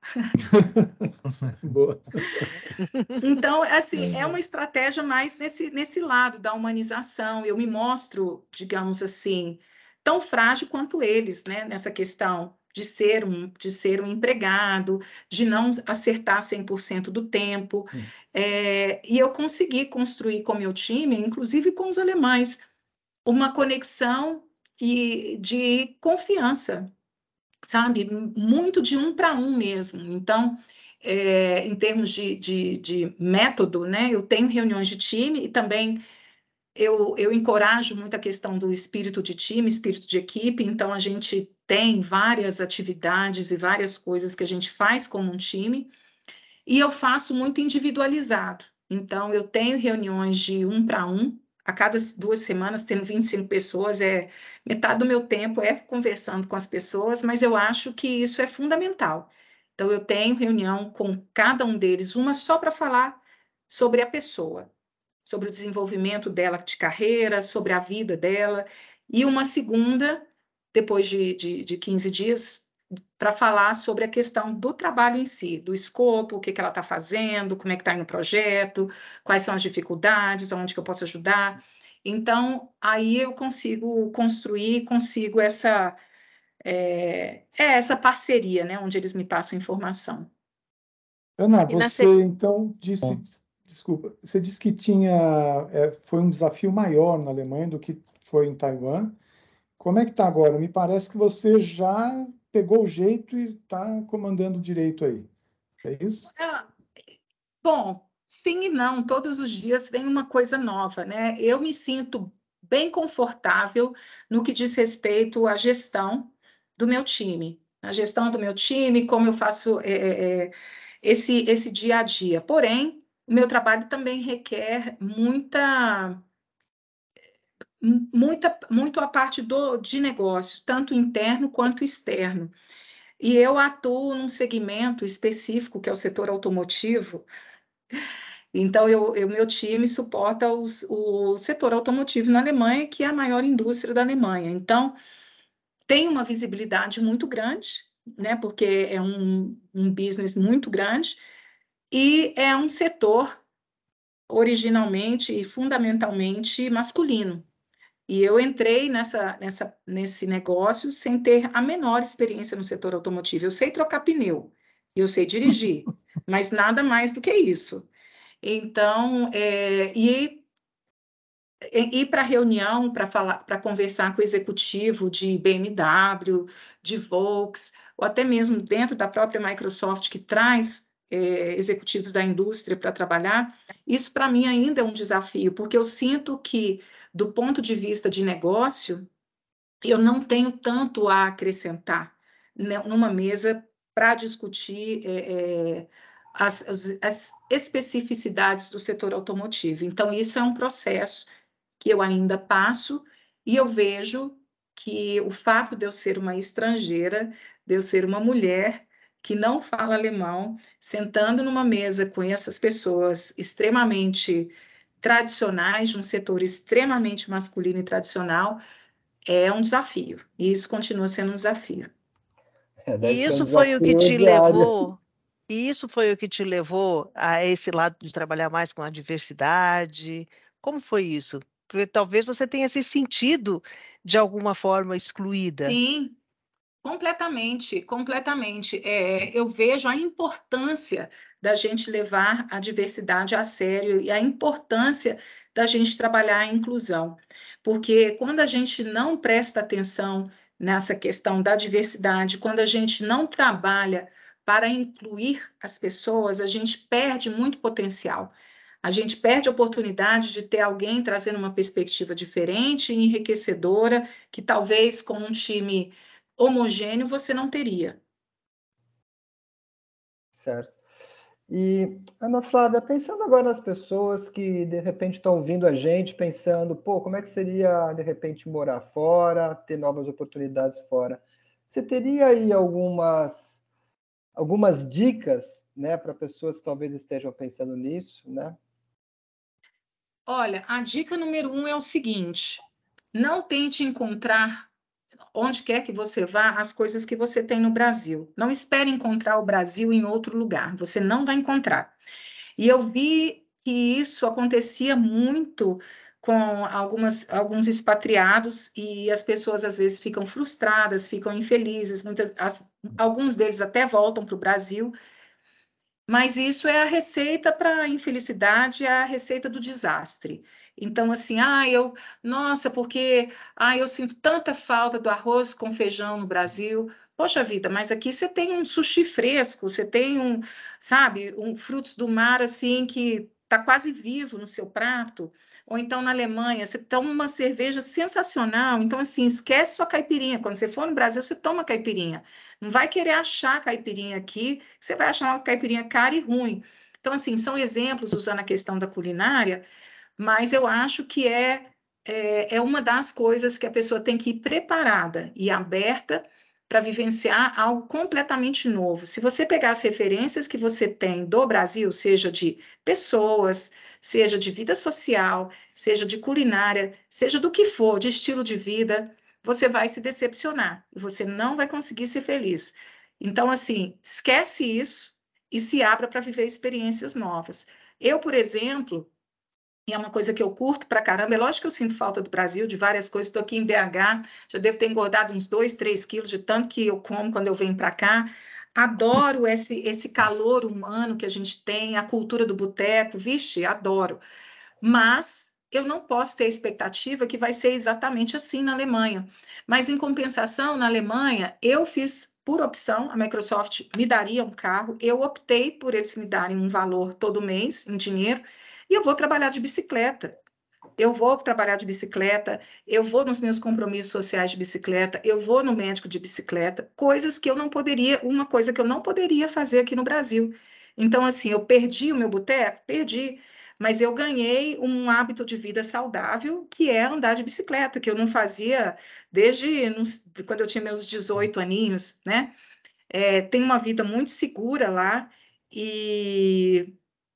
Boa. Então, assim, é uma estratégia mais nesse lado da humanização. Eu me mostro, digamos assim, tão frágil quanto eles, né, nessa questão de ser um empregado, de não acertar 100% do tempo. E eu consegui construir com o meu time, inclusive com os alemães, uma conexão de confiança, sabe? Muito de um para um mesmo. Então, em termos de método, né? Eu tenho reuniões de time e também eu encorajo muito a questão do espírito de time, espírito de equipe, então a gente tem várias atividades e várias coisas que a gente faz como um time, e eu faço muito individualizado. Então, eu tenho reuniões de um para um, a cada 2 semanas, tendo 25 pessoas, metade do meu tempo é conversando com as pessoas, mas eu acho que isso é fundamental. Então, eu tenho reunião com cada um deles, uma só para falar sobre a pessoa, sobre o desenvolvimento dela de carreira, sobre a vida dela, e uma segunda, depois de 15 dias, para falar sobre a questão do trabalho em si, do escopo, o que ela está fazendo, como é que está indo o projeto, quais são as dificuldades, onde que eu posso ajudar. Então, aí eu consigo construir, essa parceria, né, onde eles me passam informação. Ana, você então disse, desculpa, você disse que foi um desafio maior na Alemanha do que foi em Taiwan. Como é que está agora? Me parece que você já pegou o jeito e está comandando direito aí. É isso? Bom, sim e não. Todos os dias vem uma coisa nova, né? Eu me sinto bem confortável no que diz respeito à gestão do meu time. A gestão do meu time, como eu faço esse dia a dia. Porém, o meu trabalho também requer muito a parte de negócio, tanto interno quanto externo. E eu atuo num segmento específico, que é o setor automotivo. Então, meu time suporta o setor automotivo na Alemanha, que é a maior indústria da Alemanha. Então, tem uma visibilidade muito grande, né, porque é um business muito grande, e é um setor originalmente e fundamentalmente masculino. E eu entrei nesse negócio sem ter a menor experiência no setor automotivo. Eu sei trocar pneu, eu sei dirigir, mas nada mais do que isso. Então, ir para reunião, para conversar com o executivo de BMW, de Volks, ou até mesmo dentro da própria Microsoft, que traz executivos da indústria para trabalhar, isso para mim ainda é um desafio, porque eu sinto que, do ponto de vista de negócio, eu não tenho tanto a acrescentar numa mesa para discutir as especificidades do setor automotivo. Então, isso é um processo que eu ainda passo e eu vejo que o fato de eu ser uma estrangeira, de eu ser uma mulher que não fala alemão, sentando numa mesa com essas pessoas extremamente tradicionais, de um setor extremamente masculino e tradicional, é um desafio. E isso continua sendo um desafio. Deve E ser um isso foi o que desafio te diário. levou, e isso foi o que te levou a esse lado de trabalhar mais com a diversidade? Como foi isso? Porque talvez você tenha se sentido de alguma forma excluída. Sim, completamente, completamente. Eu vejo a importância da gente levar a diversidade a sério e a importância da gente trabalhar a inclusão. Porque quando a gente não presta atenção nessa questão da diversidade, quando a gente não trabalha para incluir as pessoas, a gente perde muito potencial. A gente perde a oportunidade de ter alguém trazendo uma perspectiva diferente e enriquecedora, que talvez com um time homogêneo você não teria. Certo. E, Ana Flávia, pensando agora nas pessoas que de repente estão ouvindo a gente, pensando, pô, como é que seria de repente morar fora, ter novas oportunidades fora? Você teria aí algumas dicas, né, para pessoas que talvez estejam pensando nisso, né? Olha, a dica número 1 é o seguinte: não tente encontrar onde quer que você vá as coisas que você tem no Brasil. Não espere encontrar o Brasil em outro lugar. Você não vai encontrar. E eu vi que isso acontecia muito com alguns expatriados e as pessoas às vezes ficam frustradas, ficam infelizes, alguns deles até voltam para o Brasil, mas isso é a receita para a infelicidade, é a receita do desastre. Então, assim, nossa, porque eu sinto tanta falta do arroz com feijão no Brasil. Poxa vida, mas aqui você tem um sushi fresco, você tem sabe, frutos do mar assim que está quase vivo no seu prato. Ou então na Alemanha, você toma uma cerveja sensacional. Então, assim, esquece sua caipirinha. Quando você for no Brasil, você toma caipirinha. Não vai querer achar caipirinha aqui, você vai achar uma caipirinha cara e ruim. Então, assim, são exemplos usando a questão da culinária, mas eu acho que é uma das coisas que a pessoa tem que ir preparada e aberta para vivenciar algo completamente novo. Se você pegar as referências que você tem do Brasil, seja de pessoas, seja de vida social, seja de culinária, seja do que for, de estilo de vida, você vai se decepcionar e você não vai conseguir ser feliz. Então, assim, esquece isso e se abra para viver experiências novas. Eu, por exemplo, e é uma coisa que eu curto pra caramba. É lógico que eu sinto falta do Brasil, de várias coisas. Estou aqui em BH, já devo ter engordado uns 2, 3 quilos de tanto que eu como quando eu venho para cá. Adoro esse calor humano que a gente tem, a cultura do boteco, vixe, adoro. Mas eu não posso ter a expectativa que vai ser exatamente assim na Alemanha. Mas, em compensação, na Alemanha, eu fiz por opção, a Microsoft me daria um carro, eu optei por eles me darem um valor todo mês em dinheiro, e eu vou trabalhar de bicicleta. Eu vou trabalhar de bicicleta, eu vou nos meus compromissos sociais de bicicleta, eu vou no médico de bicicleta, uma coisa que eu não poderia fazer aqui no Brasil. Então, assim, eu perdi o meu boteco? Perdi, mas eu ganhei um hábito de vida saudável, que é andar de bicicleta, que eu não fazia desde quando eu tinha meus 18 aninhos, né? Tenho uma vida muito segura lá, e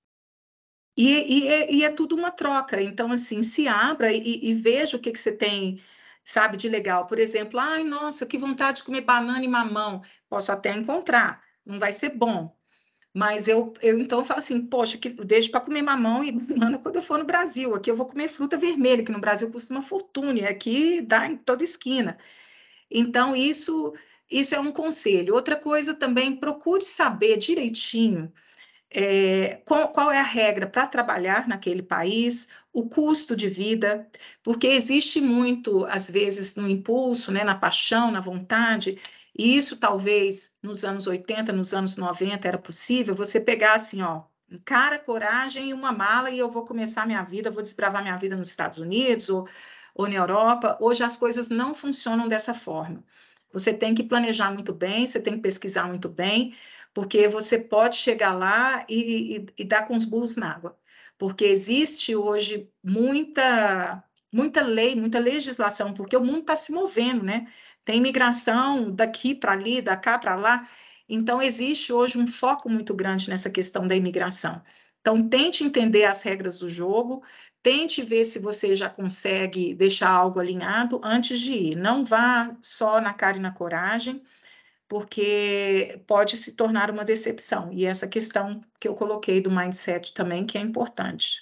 é tudo uma troca. Então, assim, se abra e veja o que você tem, sabe, de legal. Por exemplo, ai, nossa, que vontade de comer banana e mamão. Posso até encontrar, não vai ser bom. Mas eu então falo assim, poxa, que deixo para comer mamão e banana quando eu for no Brasil. Aqui eu vou comer fruta vermelha, que no Brasil custa uma fortuna, e aqui dá em toda esquina. Então, isso é um conselho. Outra coisa também, procure saber direitinho qual é a regra para trabalhar naquele país, o custo de vida, porque existe muito, às vezes, no impulso, né, na paixão, na vontade, e isso talvez nos anos 80, nos anos 90 era possível, você pegar assim, ó, cara, coragem e uma mala e eu vou começar minha vida, vou desbravar minha vida nos Estados Unidos, ou ou na Europa. Hoje as coisas não funcionam dessa forma. Você tem que planejar muito bem, você tem que pesquisar muito bem, porque você pode chegar lá e dar com os burros na água. Porque existe hoje muita lei, muita legislação, porque o mundo está se movendo, né? Tem imigração daqui para ali, da cá para lá. Então, existe hoje um foco muito grande nessa questão da imigração. Então, tente entender as regras do jogo, tente ver se você já consegue deixar algo alinhado antes de ir. Não vá só na cara e na coragem, porque pode se tornar uma decepção. E essa questão que eu coloquei do mindset também, que é importante.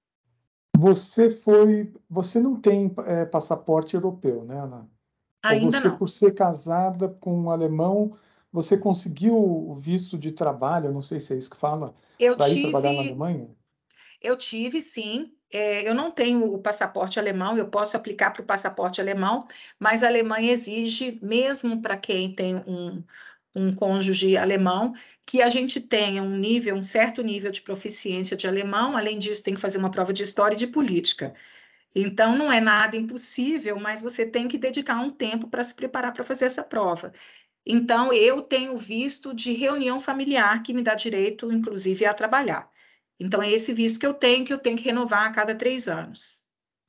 Você não tem passaporte europeu, né, Ana? Ainda Ou você, não. por ser casada com um alemão, você conseguiu o visto de trabalho, eu não sei se é isso que fala, para ir trabalhar na Alemanha? Eu tive, sim. Eu não tenho o passaporte alemão, eu posso aplicar para o passaporte alemão, mas a Alemanha exige, mesmo para quem tem um cônjuge alemão, que a gente tenha um certo nível de proficiência de alemão. Além disso, tem que fazer uma prova de história e de política. Então, não é nada impossível, mas você tem que dedicar um tempo para se preparar para fazer essa prova. Então, eu tenho visto de reunião familiar que me dá direito, inclusive, a trabalhar. Então, é esse visto que eu tenho que renovar a cada 3 anos.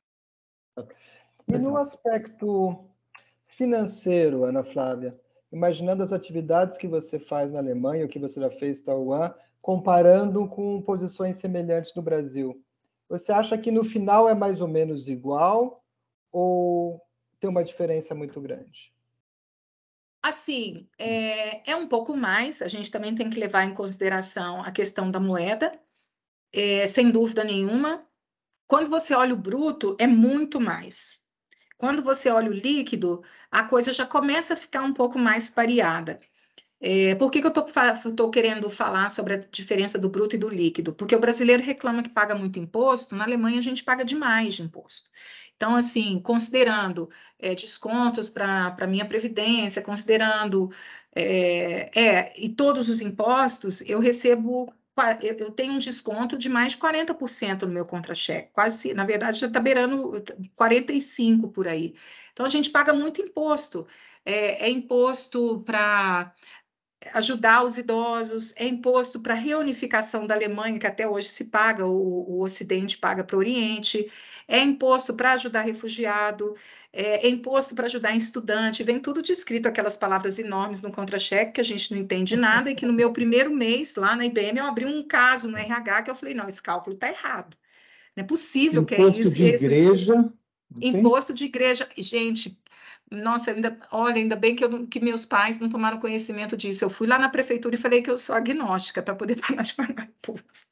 E no aspecto financeiro, Ana Flávia, imaginando as atividades que você faz na Alemanha, o que você já fez em Taiwan, comparando com posições semelhantes no Brasil, você acha que no final é mais ou menos igual ou tem uma diferença muito grande? Assim, é um pouco mais, a gente também tem que levar em consideração a questão da moeda, sem dúvida nenhuma. Quando você olha o bruto, é muito mais. Quando você olha o líquido, a coisa já começa a ficar um pouco mais pareada. Por que eu estou querendo falar sobre a diferença do bruto e do líquido? Porque o brasileiro reclama que paga muito imposto, na Alemanha a gente paga demais de imposto. Então, assim, considerando descontos para a minha previdência, considerando e todos os impostos, eu tenho um desconto de mais de 40% no meu contra-cheque, quase, na verdade, já está beirando 45% por aí. Então, a gente paga muito imposto. É imposto para ajudar os idosos, é imposto para a reunificação da Alemanha, que até hoje se paga, o Ocidente paga para o Oriente, é imposto para ajudar refugiado, é imposto para ajudar estudante, vem tudo descrito, aquelas palavras enormes no contra-cheque, que a gente não entende nada, e que no meu primeiro mês, lá na IBM, eu abri um caso no RH, que eu falei, não, esse cálculo está errado, não é possível que é isso. Imposto de igreja... Imposto de igreja, gente, nossa, ainda bem que meus pais não tomaram conhecimento disso. Eu fui lá na prefeitura e falei que eu sou agnóstica para poder parar de pagar imposto.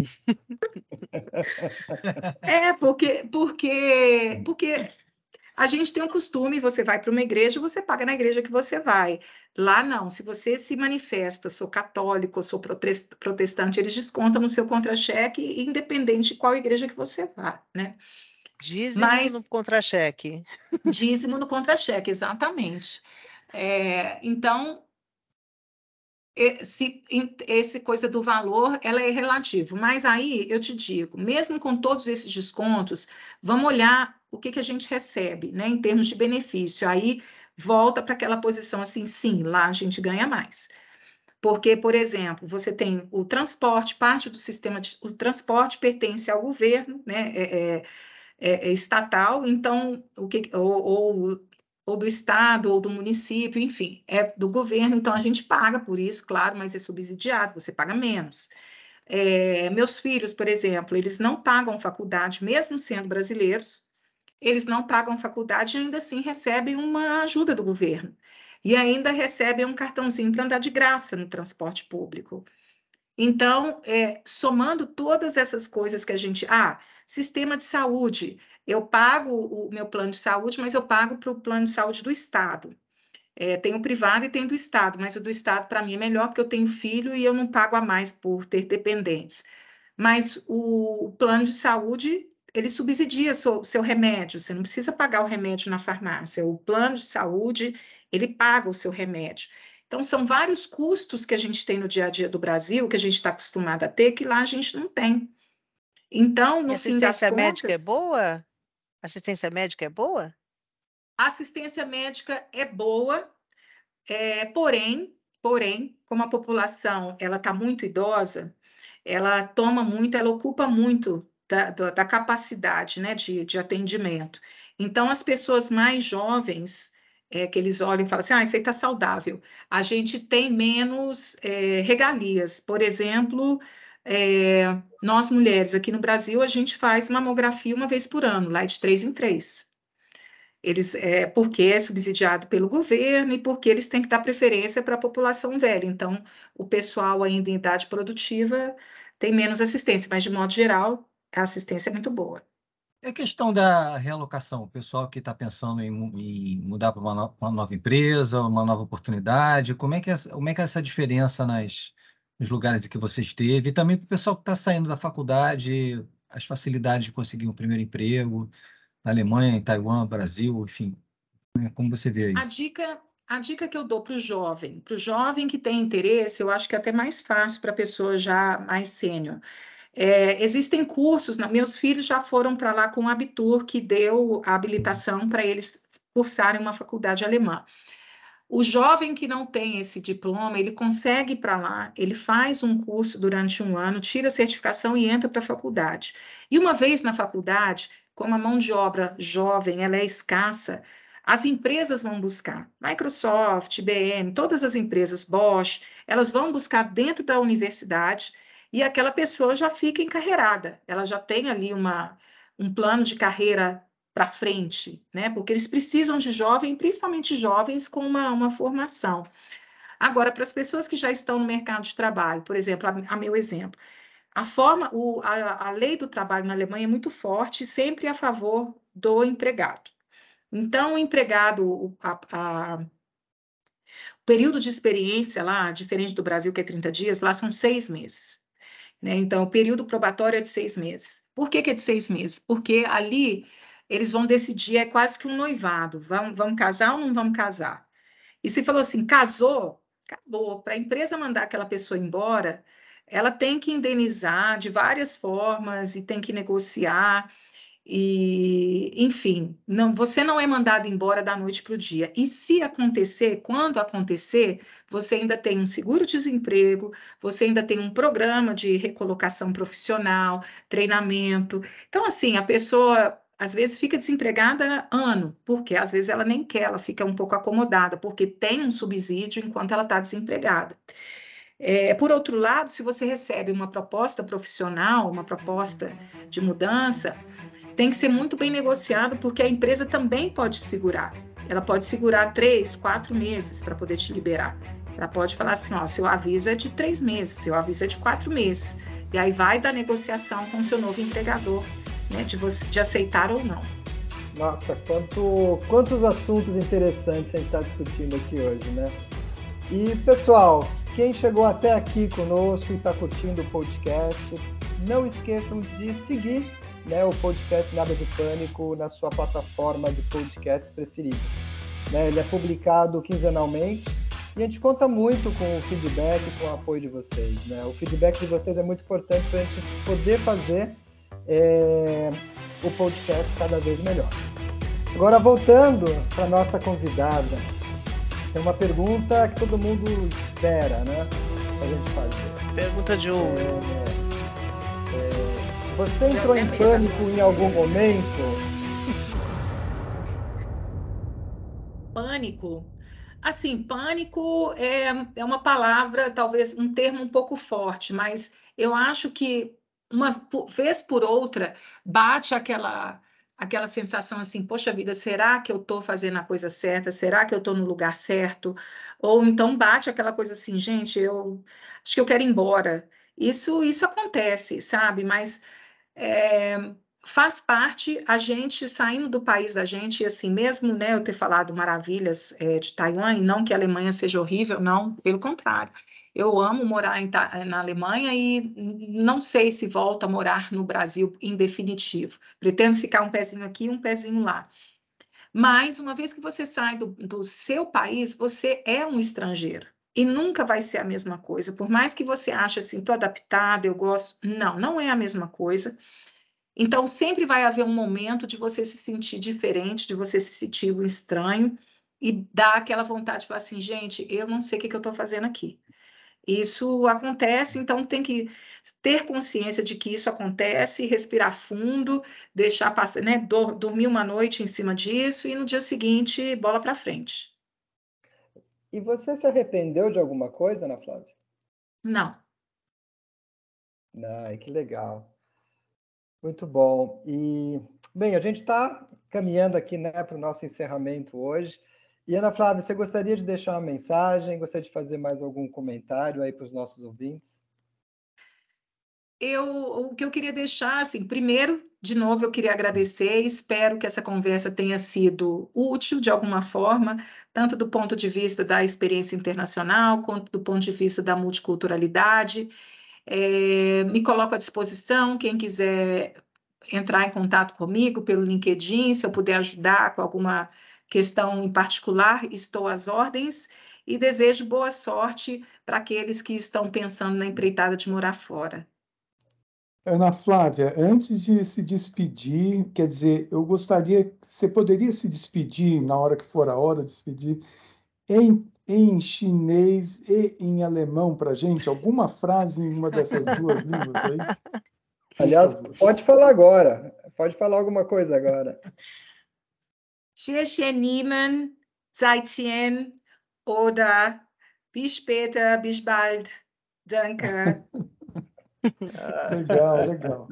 Porque a gente tem um costume, você vai para uma igreja, você paga na igreja que você vai. Lá não, se você se manifesta, sou católico, sou protestante, eles descontam no seu contra-cheque, independente de qual igreja que você vá, né? Dízimo no contra-cheque. Dízimo no contra-cheque, exatamente. Então, essa coisa do valor, ela é relativo. Mas aí, eu te digo, mesmo com todos esses descontos, vamos olhar o que a gente recebe, né, em termos de benefício. Aí, volta para aquela posição assim, sim, lá a gente ganha mais. Porque, por exemplo, você tem o transporte, parte do sistema, o transporte pertence ao governo, né, estatal, então, ou do estado, ou do município, enfim, é do governo, então a gente paga por isso, claro, mas é subsidiado, você paga menos. Meus filhos, por exemplo, eles não pagam faculdade, mesmo sendo brasileiros, eles não pagam faculdade e ainda assim recebem uma ajuda do governo. E ainda recebem um cartãozinho para andar de graça no transporte público. Então, somando todas essas coisas que a gente... sistema de saúde. Eu pago o meu plano de saúde, mas eu pago para o plano de saúde do Estado. Tem o privado e tem do Estado, mas o do Estado, para mim, é melhor, porque eu tenho filho e eu não pago a mais por ter dependentes. Mas o plano de saúde, ele subsidia o seu remédio, você não precisa pagar o remédio na farmácia. O plano de saúde, ele paga o seu remédio. Então, são vários custos que a gente tem no dia a dia do Brasil, que a gente está acostumado a ter, que lá a gente não tem. Então, no fim das contas... A assistência médica é boa? Assistência médica é boa? A assistência médica é boa, porém, como a população ela está muito idosa, ela toma muito, ela ocupa muito da capacidade, né, de atendimento. Então, as pessoas mais jovens, que eles olham e falam assim, isso aí está saudável, a gente tem menos regalias. Por exemplo, nós mulheres aqui no Brasil, a gente faz mamografia uma vez por ano, lá é de 3 em 3. Porque é subsidiado pelo governo e porque eles têm que dar preferência para a população velha. Então, o pessoal ainda em idade produtiva tem menos assistência, mas, de modo geral, a assistência é muito boa. É questão da realocação, o pessoal que está pensando em mudar para uma nova empresa, uma nova oportunidade, como é que é essa diferença nos lugares em que você esteve, e também para o pessoal que está saindo da faculdade, as facilidades de conseguir um primeiro emprego, na Alemanha, em Taiwan, Brasil, enfim, né? Como você vê isso? A dica que eu dou para o jovem que tem interesse, eu acho que é até mais fácil para a pessoa já mais sênior. Existem cursos, meus filhos já foram para lá com o Abitur, que deu a habilitação para eles cursarem uma faculdade alemã. O jovem que não tem esse diploma, ele consegue ir para lá, ele faz um curso durante um ano, tira a certificação e entra para a faculdade. E uma vez na faculdade, como a mão de obra jovem ela é escassa, as empresas vão buscar, Microsoft, IBM, todas as empresas, Bosch, elas vão buscar dentro da universidade e aquela pessoa já fica encarreirada, ela já tem ali um plano de carreira para frente, né? Porque eles precisam de jovens, principalmente jovens com uma formação. Agora, para as pessoas que já estão no mercado de trabalho, por exemplo, a meu exemplo, a lei do trabalho na Alemanha é muito forte, sempre a favor do empregado. Então, o empregado, o período de experiência lá, diferente do Brasil, que é 30 dias, lá são 6 meses. Né? Então, o período probatório é de 6 meses. Por que é de 6 meses? Porque ali eles vão decidir, é quase que um noivado, vamos casar ou não vamos casar? E se falou assim, casou, acabou. Para a empresa mandar aquela pessoa embora, ela tem que indenizar de várias formas e tem que negociar. E, enfim, você não é mandado embora da noite para o dia. E se acontecer, quando acontecer, você ainda tem um seguro-desemprego, você ainda tem um programa de recolocação profissional, treinamento. Então, assim, a pessoa às vezes fica desempregada ano, porque às vezes ela nem quer, ela fica um pouco acomodada, porque tem um subsídio enquanto ela está desempregada. Por outro lado, se você recebe uma proposta profissional, uma proposta de mudança, tem que ser muito bem negociado, porque a empresa também pode segurar. Ela pode segurar 3, 4 meses para poder te liberar. Ela pode falar assim, seu aviso é de 3 meses, seu aviso é de 4 meses. E aí vai da negociação com o seu novo empregador, né, de aceitar ou não. Nossa, quantos assuntos interessantes a gente está discutindo aqui hoje, né? E, pessoal, quem chegou até aqui conosco e está curtindo o podcast, não esqueçam de seguir, né, o podcast Nada de Pânico na sua plataforma de podcast preferida. Né, ele é publicado quinzenalmente e a gente conta muito com o feedback e com o apoio de vocês. Né? O feedback de vocês é muito importante para a gente poder fazer o podcast cada vez melhor. Agora, voltando para a nossa convidada, tem uma pergunta que todo mundo espera, né, para a gente fazer. Pergunta de ouro. Você entrou em pânico em algum momento? Pânico? Assim, pânico é uma palavra, talvez um termo um pouco forte, mas eu acho que uma vez por outra bate aquela sensação assim, poxa vida, será que eu estou fazendo a coisa certa? Será que eu estou no lugar certo? Ou então bate aquela coisa assim, gente, eu acho que eu quero ir embora. Isso acontece, sabe? Mas faz parte a gente saindo do país da gente, e assim, mesmo, né, eu ter falado maravilhas de Taiwan, e não que a Alemanha seja horrível, não, pelo contrário. Eu amo morar na Alemanha e não sei se volto a morar no Brasil em definitivo. Pretendo ficar um pezinho aqui e um pezinho lá. Mas, uma vez que você sai do seu país, você é um estrangeiro. E nunca vai ser a mesma coisa. Por mais que você ache assim, estou adaptada, eu gosto. Não é a mesma coisa. Então, sempre vai haver um momento de você se sentir diferente, de você se sentir um estranho e dar aquela vontade de falar assim, gente, eu não sei o que eu estou fazendo aqui. Isso acontece, então tem que ter consciência de que isso acontece, respirar fundo, deixar passar, né, dormir uma noite em cima disso e no dia seguinte, bola para frente. E você se arrependeu de alguma coisa, Ana Flávia? Não. Ai, que legal. Muito bom. E, bem, a gente está caminhando aqui, né, para o nosso encerramento hoje. E, Ana Flávia, você gostaria de deixar uma mensagem? Gostaria de fazer mais algum comentário aí para os nossos ouvintes? O que eu queria deixar, assim, primeiro, de novo, eu queria agradecer, espero que essa conversa tenha sido útil de alguma forma, tanto do ponto de vista da experiência internacional, quanto do ponto de vista da multiculturalidade. Me coloco à disposição, quem quiser entrar em contato comigo pelo LinkedIn, se eu puder ajudar com alguma questão em particular, estou às ordens e desejo boa sorte para aqueles que estão pensando na empreitada de morar fora. Ana Flávia, antes de se despedir, quer dizer, eu gostaria, você poderia se despedir na hora que for a hora de despedir, em chinês e em alemão para a gente? Alguma frase em uma dessas duas línguas aí? Aliás, pode falar agora. Pode falar alguma coisa agora. Xie xie Niemann, Zaijian oder bis später, bis bald. Danke. Legal, legal.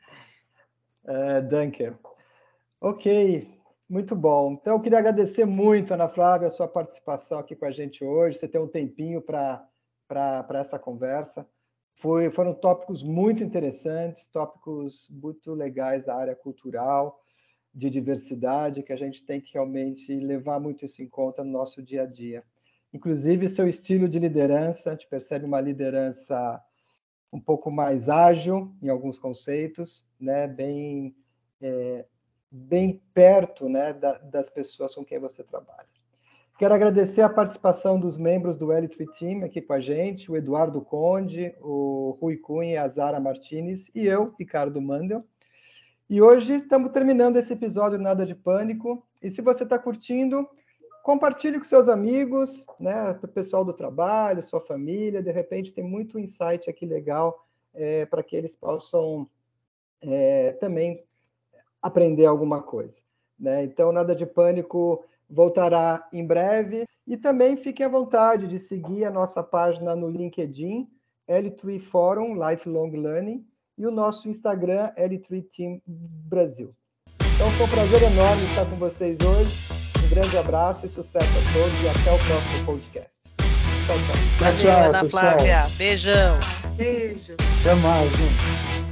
Danke. Ok, muito bom. Então, eu queria agradecer muito, Ana Flávia, a sua participação aqui com a gente hoje, você ter um tempinho para essa conversa. Foram tópicos muito interessantes, tópicos muito legais da área cultural, de diversidade, que a gente tem que realmente levar muito isso em conta no nosso dia a dia. Inclusive, seu estilo de liderança, a gente percebe uma liderança um pouco mais ágil em alguns conceitos, né? Bem perto, né, das pessoas com quem você trabalha. Quero agradecer a participação dos membros do L3 Team aqui com a gente, o Eduardo Conde, o Rui Cunha, a Zara Martinez e eu, Ricardo Mandel. E hoje estamos terminando esse episódio Nada de Pânico. E se você está curtindo, compartilhe com seus amigos, né, o pessoal do trabalho, sua família. De repente tem muito insight aqui legal para que eles possam também aprender alguma coisa, né? Então, Nada de Pânico voltará em breve. E também fiquem à vontade de seguir a nossa página no LinkedIn, L3 Forum Lifelong Learning, e o nosso Instagram, L3 Team Brasil. Então, foi um prazer enorme estar com vocês hoje. Um grande abraço e sucesso a todos e até o próximo podcast. Tchau, tchau. Valeu, Ana Flávia. Beijão. Beijo. Até mais, gente.